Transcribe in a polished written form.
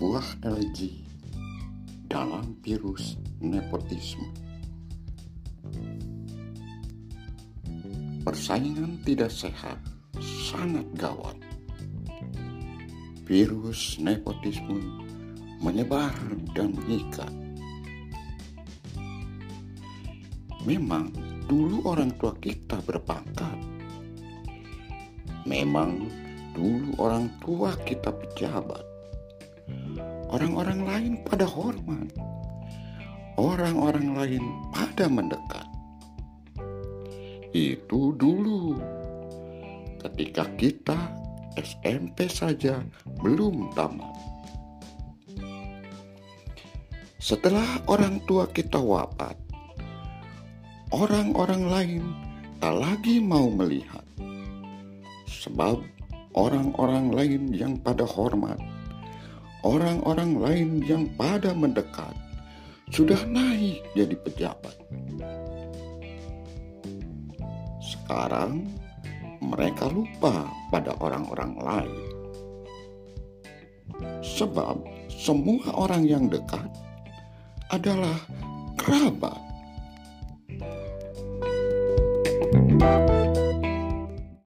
sebuah elegi dalam virus nepotisme. Persaingan tidak sehat sangat gawat. Virus nepotisme menyebar dan mengikat. Memang dulu orang tua kita berpangkat. Memang dulu orang tua kita pejabat. Orang-orang lain pada hormat. Orang-orang lain pada mendekat. Itu dulu. Ketika kita SMP saja belum tamat. Setelah orang tua kita wafat, orang-orang lain tak lagi mau melihat. Sebab orang-orang lain yang pada hormat, orang-orang lain yang pada mendekat, sudah naik jadi pejabat. Sekarang mereka lupa pada orang-orang lain. Sebab semua orang yang dekat adalah kerabat.